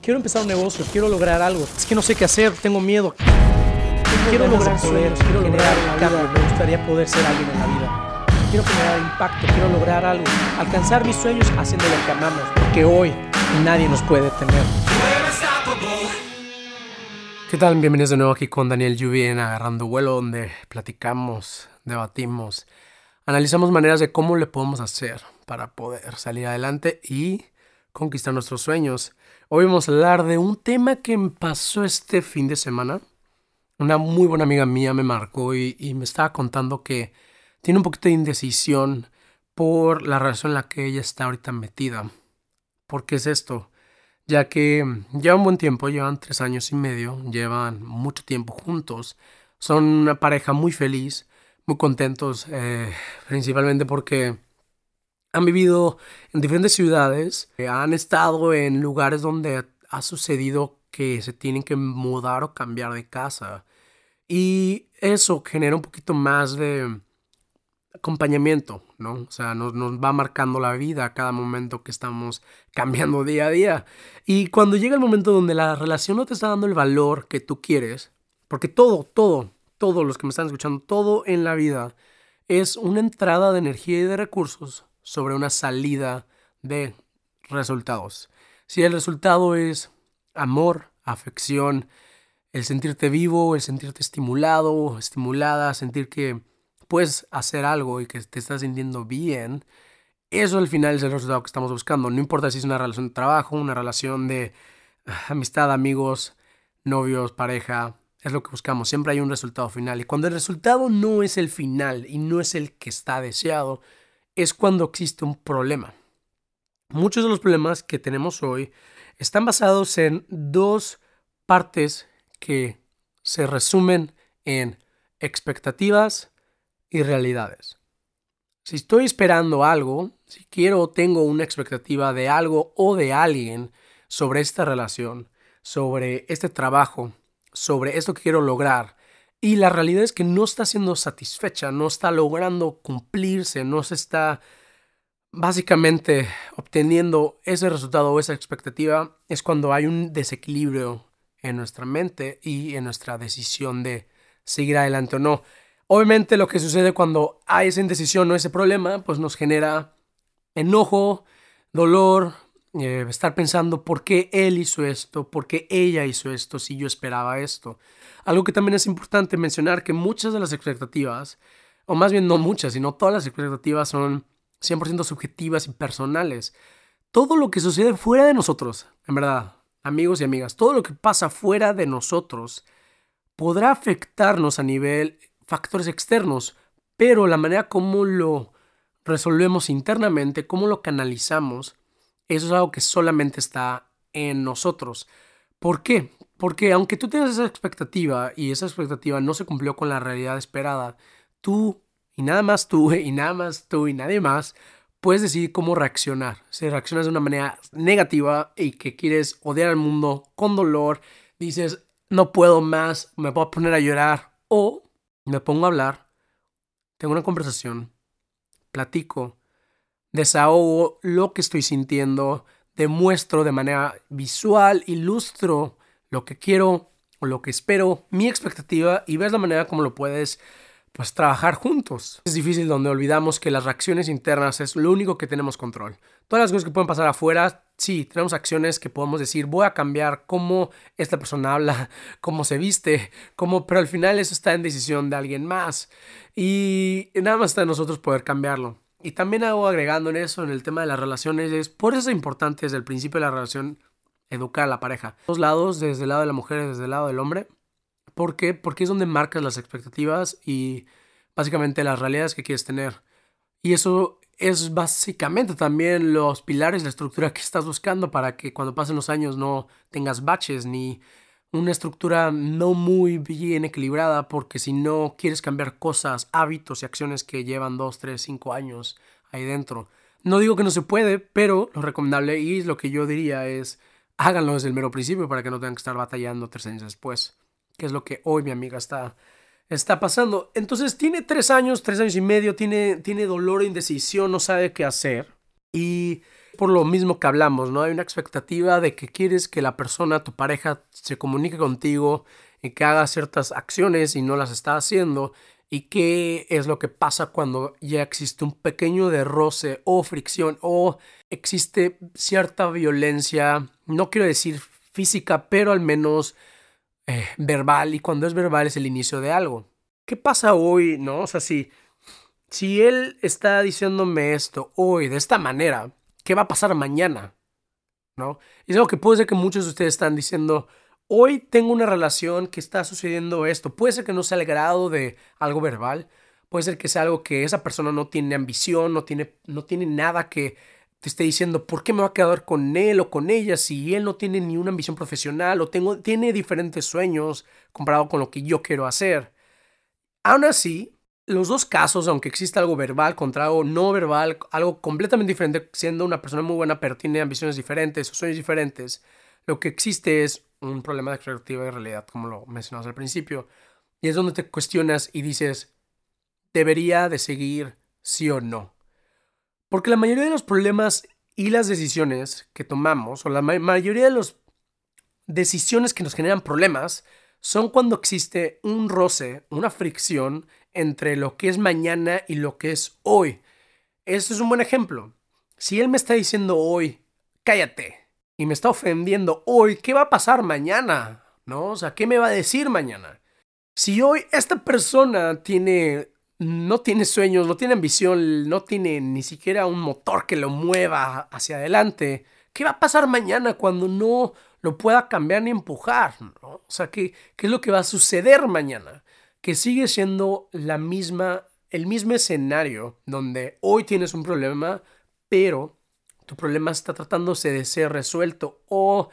quiero empezar un negocio, quiero lograr algo, es que no sé qué hacer, tengo miedo. Quiero lograr sueños, quiero lograr un cambio, me gustaría poder ser alguien en la vida. Quiero generar impacto, quiero lograr algo, alcanzar mis sueños haciendo lo que amamos, porque hoy nadie nos puede detener. ¿Qué tal? Bienvenidos de nuevo aquí con Daniel Lluvia en Agarrando Vuelo, donde platicamos, debatimos, analizamos maneras de cómo le podemos hacer para poder salir adelante y conquistar nuestros sueños. Hoy vamos a hablar de un tema que me pasó este fin de semana. Una muy buena amiga mía me marcó y me estaba contando que tiene un poquito de indecisión por la relación en la que ella está ahorita metida. ¿Por qué es esto? Ya que llevan buen tiempo, llevan 3 años y medio, llevan mucho tiempo juntos. Son una pareja muy feliz, muy contentos, principalmente porque han vivido en diferentes ciudades, han estado en lugares donde ha sucedido que se tienen que mudar o cambiar de casa. Y eso genera un poquito más de acompañamiento, ¿no? O sea, nos va marcando la vida a cada momento que estamos cambiando día a día. Y cuando llega el momento donde la relación no te está dando el valor que tú quieres, porque todos los que me están escuchando, todo en la vida es una entrada de energía y de recursos sobre una salida de resultados. Si el resultado es amor, afección, el sentirte vivo, el sentirte estimulado, estimulada, sentir que puedes hacer algo y que te estás sintiendo bien, eso al final es el resultado que estamos buscando. No importa si es una relación de trabajo, una relación de amistad, amigos, novios, pareja, es lo que buscamos. Siempre hay un resultado final. Y cuando el resultado no es el final y no es el que está deseado, es cuando existe un problema. Muchos de los problemas que tenemos hoy están basados en dos partes que se resumen en expectativas y realidades. Si estoy esperando algo, si quiero o tengo una expectativa de algo o de alguien sobre esta relación, sobre este trabajo, sobre esto que quiero lograr, y la realidad es que no está siendo satisfecha, no está logrando cumplirse, no se está básicamente obteniendo ese resultado o esa expectativa, es cuando hay un desequilibrio en nuestra mente y en nuestra decisión de seguir adelante o no. Obviamente lo que sucede cuando hay esa indecisión o ese problema, pues nos genera enojo, dolor, estar pensando por qué él hizo esto, por qué ella hizo esto, si yo esperaba esto. Algo que también es importante mencionar, que muchas de las expectativas, o más bien no muchas, sino todas las expectativas son 100% subjetivas y personales. Todo lo que sucede fuera de nosotros, en verdad, amigos y amigas, todo lo que pasa fuera de nosotros podrá afectarnos a nivel factores externos, pero la manera como lo resolvemos internamente, cómo lo canalizamos, eso es algo que solamente está en nosotros. ¿Por qué? Porque aunque tú tengas esa expectativa y esa expectativa no se cumplió con la realidad esperada, tú y nada más tú y nada más tú y nadie más puedes decidir cómo reaccionar. Si reaccionas de una manera negativa y que quieres odiar al mundo con dolor, dices no puedo más, me puedo poner a llorar, o me pongo a hablar, tengo una conversación, platico, desahogo lo que estoy sintiendo, demuestro de manera visual, ilustro lo que quiero o lo que espero, mi expectativa, y ves la manera como lo puedes trabajar juntos. Es difícil donde olvidamos que las reacciones internas es lo único que tenemos control. Todas las cosas que pueden pasar afuera, sí, tenemos acciones que podemos decir, voy a cambiar cómo esta persona habla, cómo se viste, pero al final eso está en decisión de alguien más. Y nada más está en nosotros poder cambiarlo. Y también hago agregando en eso, en el tema de las relaciones, por eso es importante desde el principio de la relación educar a la pareja. Dos lados, desde el lado de la mujer y desde el lado del hombre. ¿Por qué? Porque es donde marcas las expectativas y básicamente las realidades que quieres tener. Y eso es básicamente también los pilares, la estructura que estás buscando para que cuando pasen los años no tengas baches ni una estructura no muy bien equilibrada, porque si no quieres cambiar cosas, hábitos y acciones que llevan 2, 3, 5 años ahí dentro. No digo que no se puede, pero lo recomendable y lo que yo diría es háganlo desde el mero principio para que no tengan que estar batallando 3 años después, que es lo que hoy mi amiga está pasando. Entonces tiene 3 años y medio, tiene dolor e indecisión, no sabe qué hacer. Y por lo mismo que hablamos, ¿no? Hay una expectativa de que quieres que la persona, tu pareja, se comunique contigo y que haga ciertas acciones y no las está haciendo. ¿Y qué es lo que pasa cuando ya existe un pequeño de roce o fricción o existe cierta violencia? No quiero decir física, pero al menos verbal. Y cuando es verbal es el inicio de algo. ¿Qué pasa hoy, no? O sea, si él está diciéndome esto hoy de esta manera, ¿qué va a pasar mañana? ¿No? Y es algo que puede ser que muchos de ustedes están diciendo, hoy tengo una relación que está sucediendo esto. Puede ser que no sea el grado de algo verbal, puede ser que sea algo que esa persona no tiene ambición, no tiene nada que te esté diciendo, ¿por qué me va a quedar con él o con ella si él no tiene ni una ambición profesional o tiene diferentes sueños comparado con lo que yo quiero hacer? Aún así, los dos casos, aunque exista algo verbal contra algo no verbal, algo completamente diferente, siendo una persona muy buena pero tiene ambiciones diferentes o sueños diferentes, lo que existe es un problema de expectativa y realidad, como lo mencionamos al principio. Y es donde te cuestionas y dices, ¿debería de seguir sí o no? Porque la mayoría de los problemas y las decisiones que tomamos, o la mayoría de las decisiones que nos generan problemas, son cuando existe un roce, una fricción entre lo que es mañana y lo que es hoy. Este es un buen ejemplo. Si él me está diciendo hoy, cállate, y me está ofendiendo hoy, ¿qué va a pasar mañana? ¿No? O sea, ¿qué me va a decir mañana? Si hoy esta persona no tiene sueños, no tiene ambición, no tiene ni siquiera un motor que lo mueva hacia adelante, ¿qué va a pasar mañana cuando no lo pueda cambiar ni empujar? ¿No? O sea, ¿qué es lo que va a suceder mañana? Que sigue siendo el mismo escenario donde hoy tienes un problema, pero tu problema está tratándose de ser resuelto o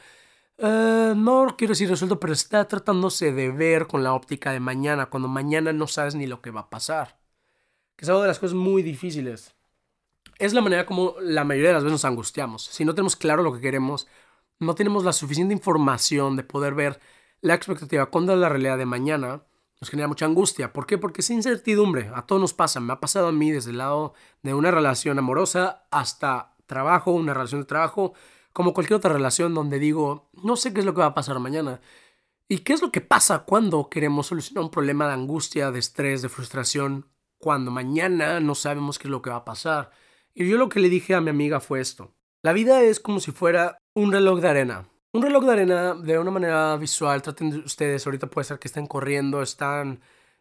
no quiero decir resuelto, pero está tratándose de ver con la óptica de mañana, cuando mañana no sabes ni lo que va a pasar. Que es algo de las cosas muy difíciles. Es la manera como la mayoría de las veces nos angustiamos. Si no tenemos claro lo que queremos, no tenemos la suficiente información de poder ver la expectativa contra la realidad de mañana, nos genera mucha angustia. ¿Por qué? Porque es incertidumbre. A todos nos pasa. Me ha pasado a mí desde el lado de una relación amorosa hasta trabajo, una relación de trabajo, como cualquier otra relación donde digo, no sé qué es lo que va a pasar mañana. ¿Y qué es lo que pasa cuando queremos solucionar un problema de angustia, de estrés, de frustración, cuando mañana no sabemos qué es lo que va a pasar? Y yo lo que le dije a mi amiga fue esto. La vida es como si fuera un reloj de arena. Un reloj de arena de una manera visual. Traten de ustedes, ahorita puede ser que estén corriendo, están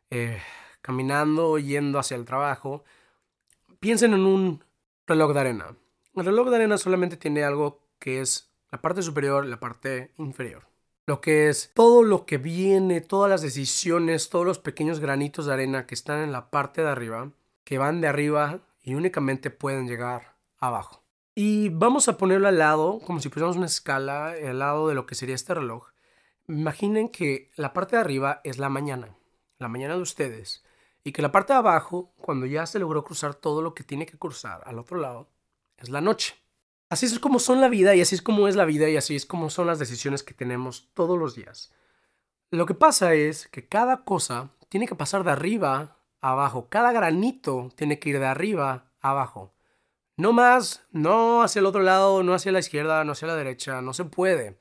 caminando, yendo hacia el trabajo. Piensen en un reloj de arena. El reloj de arena solamente tiene algo que es la parte superior y la parte inferior. Lo que es todo lo que viene, todas las decisiones, todos los pequeños granitos de arena que están en la parte de arriba, que van de arriba y únicamente pueden llegar abajo. Y vamos a ponerlo al lado, como si pusiéramos una escala, al lado de lo que sería este reloj. Imaginen que la parte de arriba es la mañana de ustedes, y que la parte de abajo, cuando ya se logró cruzar todo lo que tiene que cruzar al otro lado, es la noche. Así es como son la vida y así es como es la vida y así es como son las decisiones que tenemos todos los días. Lo que pasa es que cada cosa tiene que pasar de arriba a abajo. Cada granito tiene que ir de arriba a abajo. No más, no hacia el otro lado, no hacia la izquierda, no hacia la derecha. No se puede.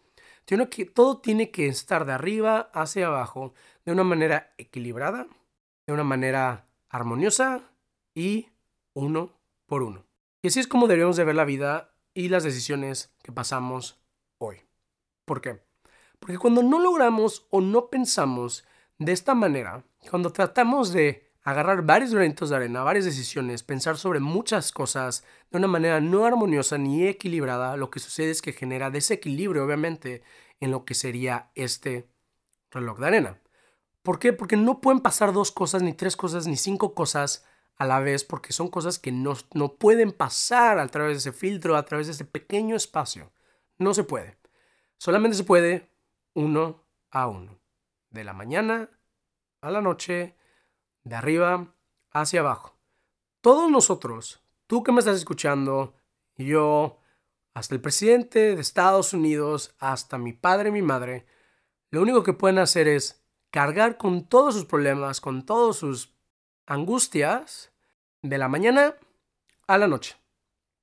Todo tiene que estar de arriba hacia abajo de una manera equilibrada, de una manera armoniosa y uno por uno. Y así es como deberíamos de ver la vida y las decisiones que pasamos hoy. ¿Por qué? Porque cuando no logramos o no pensamos de esta manera, cuando tratamos de agarrar varios granitos de arena, varias decisiones, pensar sobre muchas cosas de una manera no armoniosa ni equilibrada, lo que sucede es que genera desequilibrio, obviamente, en lo que sería este reloj de arena. ¿Por qué? Porque no pueden pasar dos cosas, ni tres cosas, ni cinco cosas a la vez, porque son cosas que no pueden pasar a través de ese filtro, a través de ese pequeño espacio. No se puede. Solamente se puede uno a uno. De la mañana a la noche, de arriba hacia abajo. Todos nosotros, tú que me estás escuchando, yo, hasta el presidente de Estados Unidos, hasta mi padre y mi madre, lo único que pueden hacer es cargar con todos sus problemas, con todas sus angustias, de la mañana a la noche.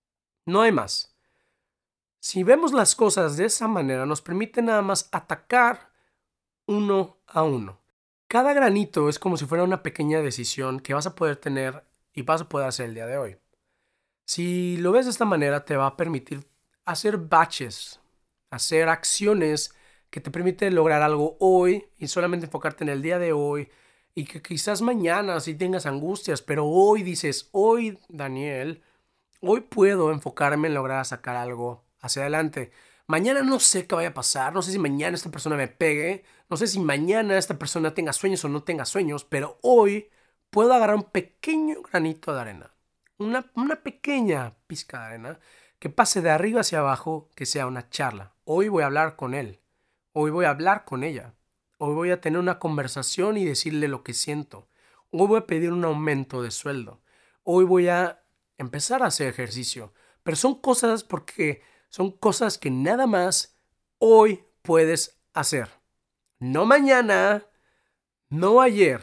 No hay más. Si vemos las cosas de esa manera, nos permite nada más atacar uno a uno. Cada granito es como si fuera una pequeña decisión que vas a poder tener y vas a poder hacer el día de hoy. Si lo ves de esta manera, te va a permitir hacer batches, hacer acciones que te permiten lograr algo hoy y solamente enfocarte en el día de hoy y que quizás mañana sí tengas angustias, pero hoy dices, hoy Daniel, hoy puedo enfocarme en lograr sacar algo hacia adelante. Mañana no sé qué vaya a pasar, no sé si mañana esta persona me pegue, no sé si mañana esta persona tenga sueños o no tenga sueños, pero hoy puedo agarrar un pequeño granito de arena, una pequeña pizca de arena que pase de arriba hacia abajo, que sea una charla. Hoy voy a hablar con él, hoy voy a hablar con ella, hoy voy a tener una conversación y decirle lo que siento, hoy voy a pedir un aumento de sueldo, hoy voy a empezar a hacer ejercicio. Pero son cosas porque son cosas que nada más hoy puedes hacer. No mañana, no ayer.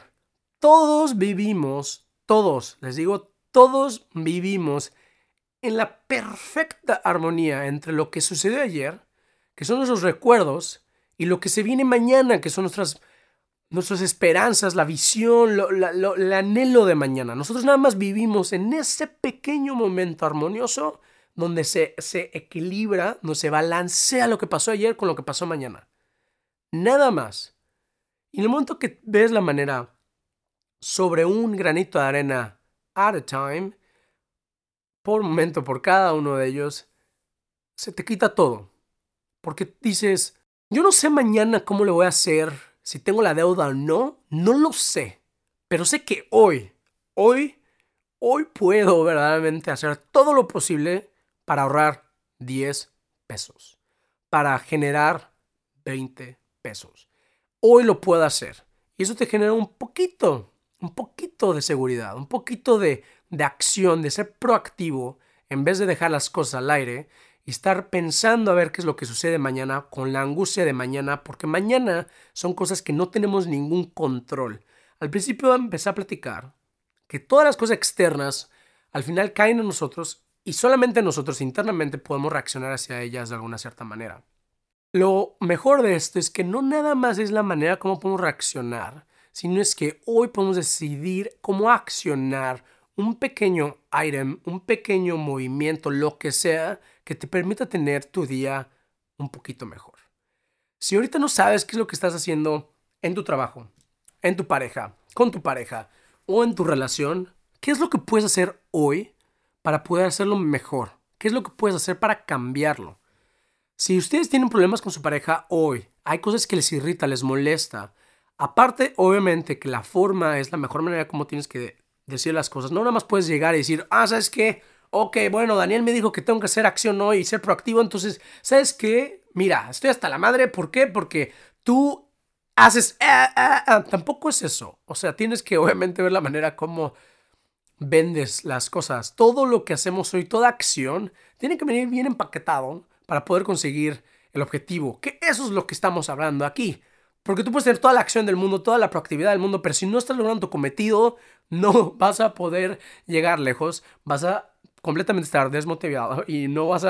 Les digo, todos vivimos en la perfecta armonía entre lo que sucedió ayer, que son nuestros recuerdos, y lo que se viene mañana, que son nuestras esperanzas, la visión, el anhelo de mañana. Nosotros nada más vivimos en ese pequeño momento armonioso donde se equilibra, donde se balancea lo que pasó ayer con lo que pasó mañana. Nada más. Y en el momento que ves la manera sobre un granito de arena at a time, por momento, por cada uno de ellos, se te quita todo. Porque dices, yo no sé mañana cómo le voy a hacer, si tengo la deuda o no, no lo sé. Pero sé que hoy puedo verdaderamente hacer todo lo posible para ahorrar 10 pesos, para generar 20 pesos. Hoy lo puedo hacer. Y eso te genera un poquito de seguridad, un poquito de acción, de ser proactivo, en vez de dejar las cosas al aire y estar pensando a ver qué es lo que sucede mañana con la angustia de mañana, porque mañana son cosas que no tenemos ningún control. Al principio empecé a platicar que todas las cosas externas al final caen en nosotros y solamente nosotros internamente podemos reaccionar hacia ellas de alguna cierta manera. Lo mejor de esto es que no nada más es la manera como podemos reaccionar, sino es que hoy podemos decidir cómo accionar un pequeño item, un pequeño movimiento, lo que sea, que te permita tener tu día un poquito mejor. Si ahorita no sabes qué es lo que estás haciendo en tu trabajo, en tu pareja, con tu pareja o en tu relación, ¿qué es lo que puedes hacer hoy para poder hacerlo mejor? ¿Qué es lo que puedes hacer para cambiarlo? Si ustedes tienen problemas con su pareja hoy, hay cosas que les irrita, les molesta. Aparte, obviamente, que la forma es la mejor manera como tienes que decir las cosas. No nada más puedes llegar y decir, ¿sabes qué? Ok, bueno, Daniel me dijo que tengo que hacer acción hoy y ser proactivo, entonces, ¿sabes qué? Mira, estoy hasta la madre. ¿Por qué? Porque tú haces... Tampoco es eso. O sea, tienes que obviamente ver la manera como vendes las cosas. Todo lo que hacemos hoy, toda acción, tiene que venir bien empaquetado para poder conseguir el objetivo. Que eso es lo que estamos hablando aquí. Porque tú puedes tener toda la acción del mundo, toda la proactividad del mundo, pero si no estás logrando tu cometido, no vas a poder llegar lejos, vas a completamente estar desmotivado y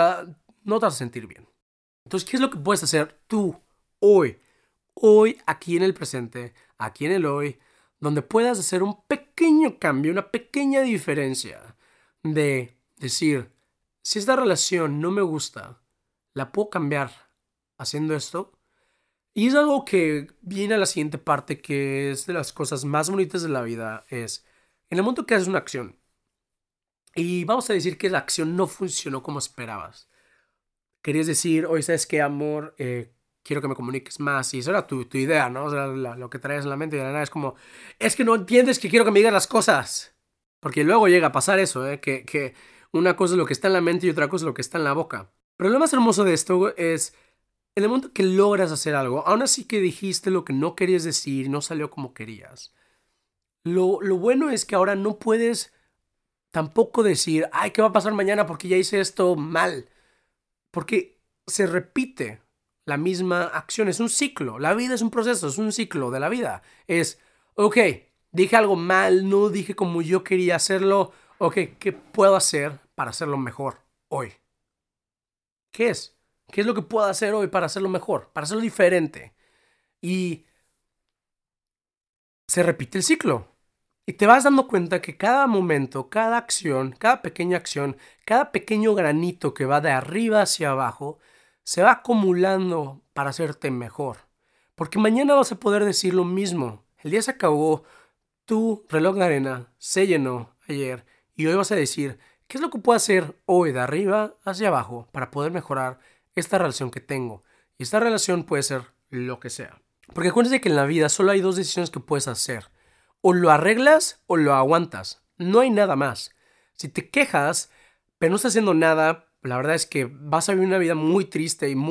no te vas a sentir bien. Entonces, ¿qué es lo que puedes hacer tú hoy? Hoy, aquí en el presente, aquí en el hoy, donde puedas hacer un pequeño cambio, una pequeña diferencia de decir, si esta relación no me gusta, ¿la puedo cambiar haciendo esto? Y es algo que viene a la siguiente parte, que es de las cosas más bonitas de la vida, es en el momento que haces una acción y vamos a decir que la acción no funcionó como esperabas. Querías decir, oye, ¿sabes qué, amor? Quiero que me comuniques más. Y eso era tu idea, ¿no? O sea, lo que traes en la mente y de la nada es como, es que no entiendes que quiero que me digas las cosas. Porque luego llega a pasar eso, que una cosa es lo que está en la mente y otra cosa es lo que está en la boca. Pero lo más hermoso de esto es, en el momento que logras hacer algo, aún así que dijiste lo que no querías decir, no salió como querías. Lo bueno es que ahora no puedes tampoco decir, ay, ¿qué va a pasar mañana porque ya hice esto mal? Porque se repite la misma acción, es un ciclo. La vida es un proceso, es un ciclo de la vida. Es, ok, dije algo mal, no dije como yo quería hacerlo. Ok, ¿qué puedo hacer para hacerlo mejor hoy? ¿Qué es? ¿Qué es lo que puedo hacer hoy para hacerlo mejor, para hacerlo diferente? Y se repite el ciclo. Y te vas dando cuenta que cada momento, cada acción, cada pequeña acción, cada pequeño granito que va de arriba hacia abajo, se va acumulando para hacerte mejor. Porque mañana vas a poder decir lo mismo. El día se acabó, tu reloj de arena se llenó ayer y hoy vas a decir, ¿qué es lo que puedo hacer hoy de arriba hacia abajo para poder mejorar esta relación que tengo? Y esta relación puede ser lo que sea. Porque acuérdense que en la vida solo hay dos decisiones que puedes hacer. O lo arreglas o lo aguantas. No hay nada más. Si te quejas, pero no estás haciendo nada, la verdad es que vas a vivir una vida muy triste y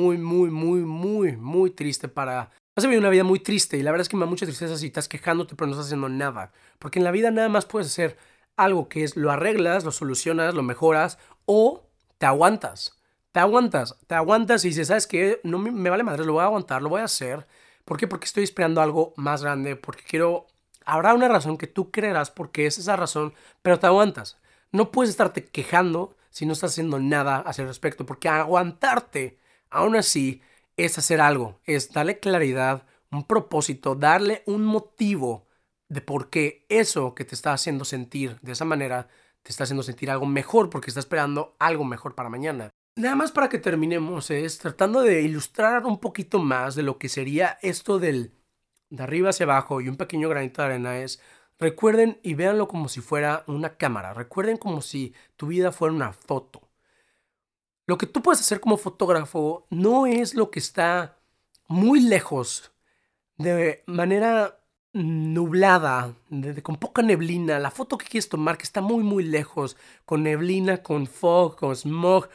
muy triste para... Vas a vivir una vida muy triste y la verdad es que me da mucha tristeza si estás quejándote pero no estás haciendo nada. Porque en la vida nada más puedes hacer algo que es lo arreglas, lo solucionas, lo mejoras o te aguantas. Te aguantas y dices, ¿sabes qué? No me vale madre, lo voy a aguantar, lo voy a hacer. ¿Por qué? Porque estoy esperando algo más grande, porque quiero... Habrá una razón que tú creerás porque es esa razón, pero te aguantas. No puedes estarte quejando si no estás haciendo nada hacia el respecto, porque aguantarte, aún así, es hacer algo, es darle claridad, un propósito, darle un motivo de por qué eso que te está haciendo sentir de esa manera te está haciendo sentir algo mejor, porque está esperando algo mejor para mañana. Nada más para que terminemos, es tratando de ilustrar un poquito más de lo que sería esto de arriba hacia abajo y un pequeño granito de arena es, recuerden y véanlo como si fuera una cámara, recuerden como si tu vida fuera una foto. Lo que tú puedes hacer como fotógrafo no es lo que está muy lejos, de manera nublada, con poca neblina, la foto que quieres tomar que está muy lejos, con neblina, con fog, con smog,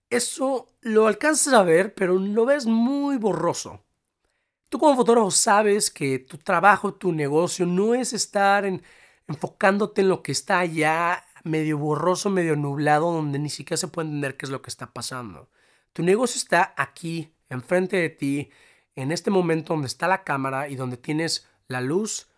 eso lo alcanzas a ver, pero lo ves muy borroso. Tú como fotógrafo sabes que tu trabajo, tu negocio no es estar enfocándote en lo que está allá, medio borroso, medio nublado, donde ni siquiera se puede entender qué es lo que está pasando. Tu negocio está aquí, enfrente de ti, en este momento donde está la cámara y donde tienes la luz,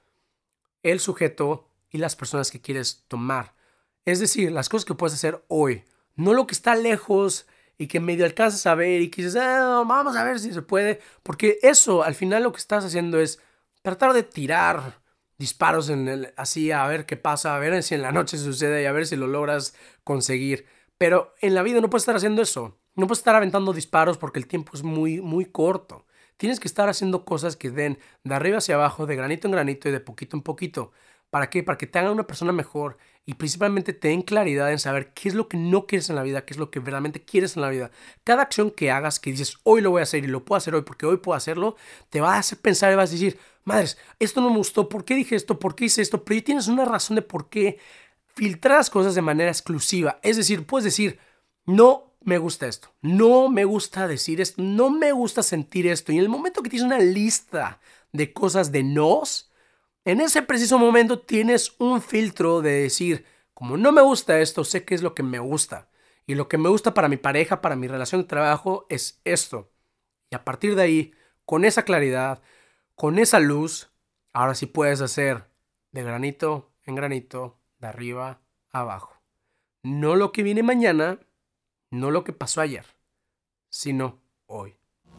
el sujeto y las personas que quieres tomar. Es decir, las cosas que puedes hacer hoy, no lo que está lejos y que medio alcanzas a ver y que dices, vamos a ver si se puede, porque eso al final lo que estás haciendo es tratar de tirar disparos así a ver qué pasa, a ver si en la noche sucede y a ver si lo logras conseguir. Pero en la vida no puedes estar haciendo eso, no puedes estar aventando disparos porque el tiempo es muy corto. Tienes que estar haciendo cosas que den de arriba hacia abajo, de granito en granito y de poquito en poquito. ¿Para qué? Para que te hagan una persona mejor y principalmente te den claridad en saber qué es lo que no quieres en la vida, qué es lo que realmente quieres en la vida. Cada acción que hagas, que dices, hoy lo voy a hacer y lo puedo hacer hoy porque hoy puedo hacerlo, te va a hacer pensar y vas a decir, madres, esto no me gustó, ¿por qué dije esto? ¿Por qué hice esto? Pero ya tienes una razón de por qué filtrar las cosas de manera exclusiva. Es decir, puedes decir, no me gusta esto, no me gusta decir esto, no me gusta sentir esto. Y en el momento que tienes una lista de cosas de nos, en ese preciso momento tienes un filtro de decir, como no me gusta esto, sé qué es lo que me gusta. Y lo que me gusta para mi pareja, para mi relación de trabajo, es esto. Y a partir de ahí, con esa claridad, con esa luz, ahora sí puedes hacer de granito en granito, de arriba a abajo. No lo que viene mañana, no lo que pasó ayer, sino hoy.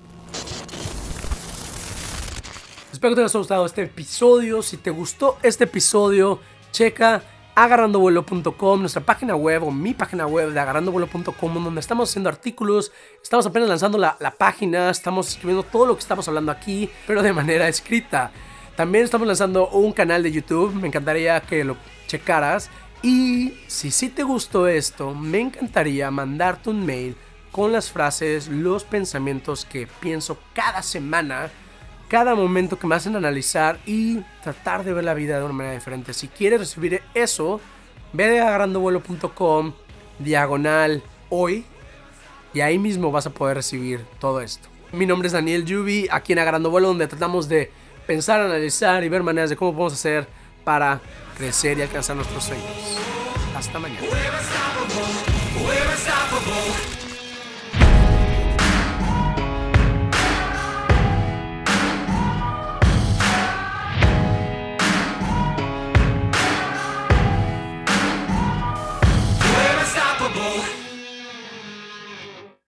Espero que te haya gustado este episodio. Si te gustó este episodio, checa agarrandovuelo.com, nuestra página web o mi página web de agarrandovuelo.com, donde estamos haciendo artículos, estamos apenas lanzando la página, estamos escribiendo todo lo que estamos hablando aquí, pero de manera escrita. También estamos lanzando un canal de YouTube, me encantaría que lo checaras. Y si sí te gustó esto, me encantaría mandarte un mail con las frases, los pensamientos que pienso cada semana, cada momento que me hacen analizar y tratar de ver la vida de una manera diferente. Si quieres recibir eso, ve a agarrandovuelo.com /hoy y ahí mismo vas a poder recibir todo esto. Mi nombre es Daniel Yubi, aquí en Agarrando Vuelo, donde tratamos de pensar, analizar y ver maneras de cómo podemos hacer para crecer y alcanzar nuestros sueños. Hasta mañana.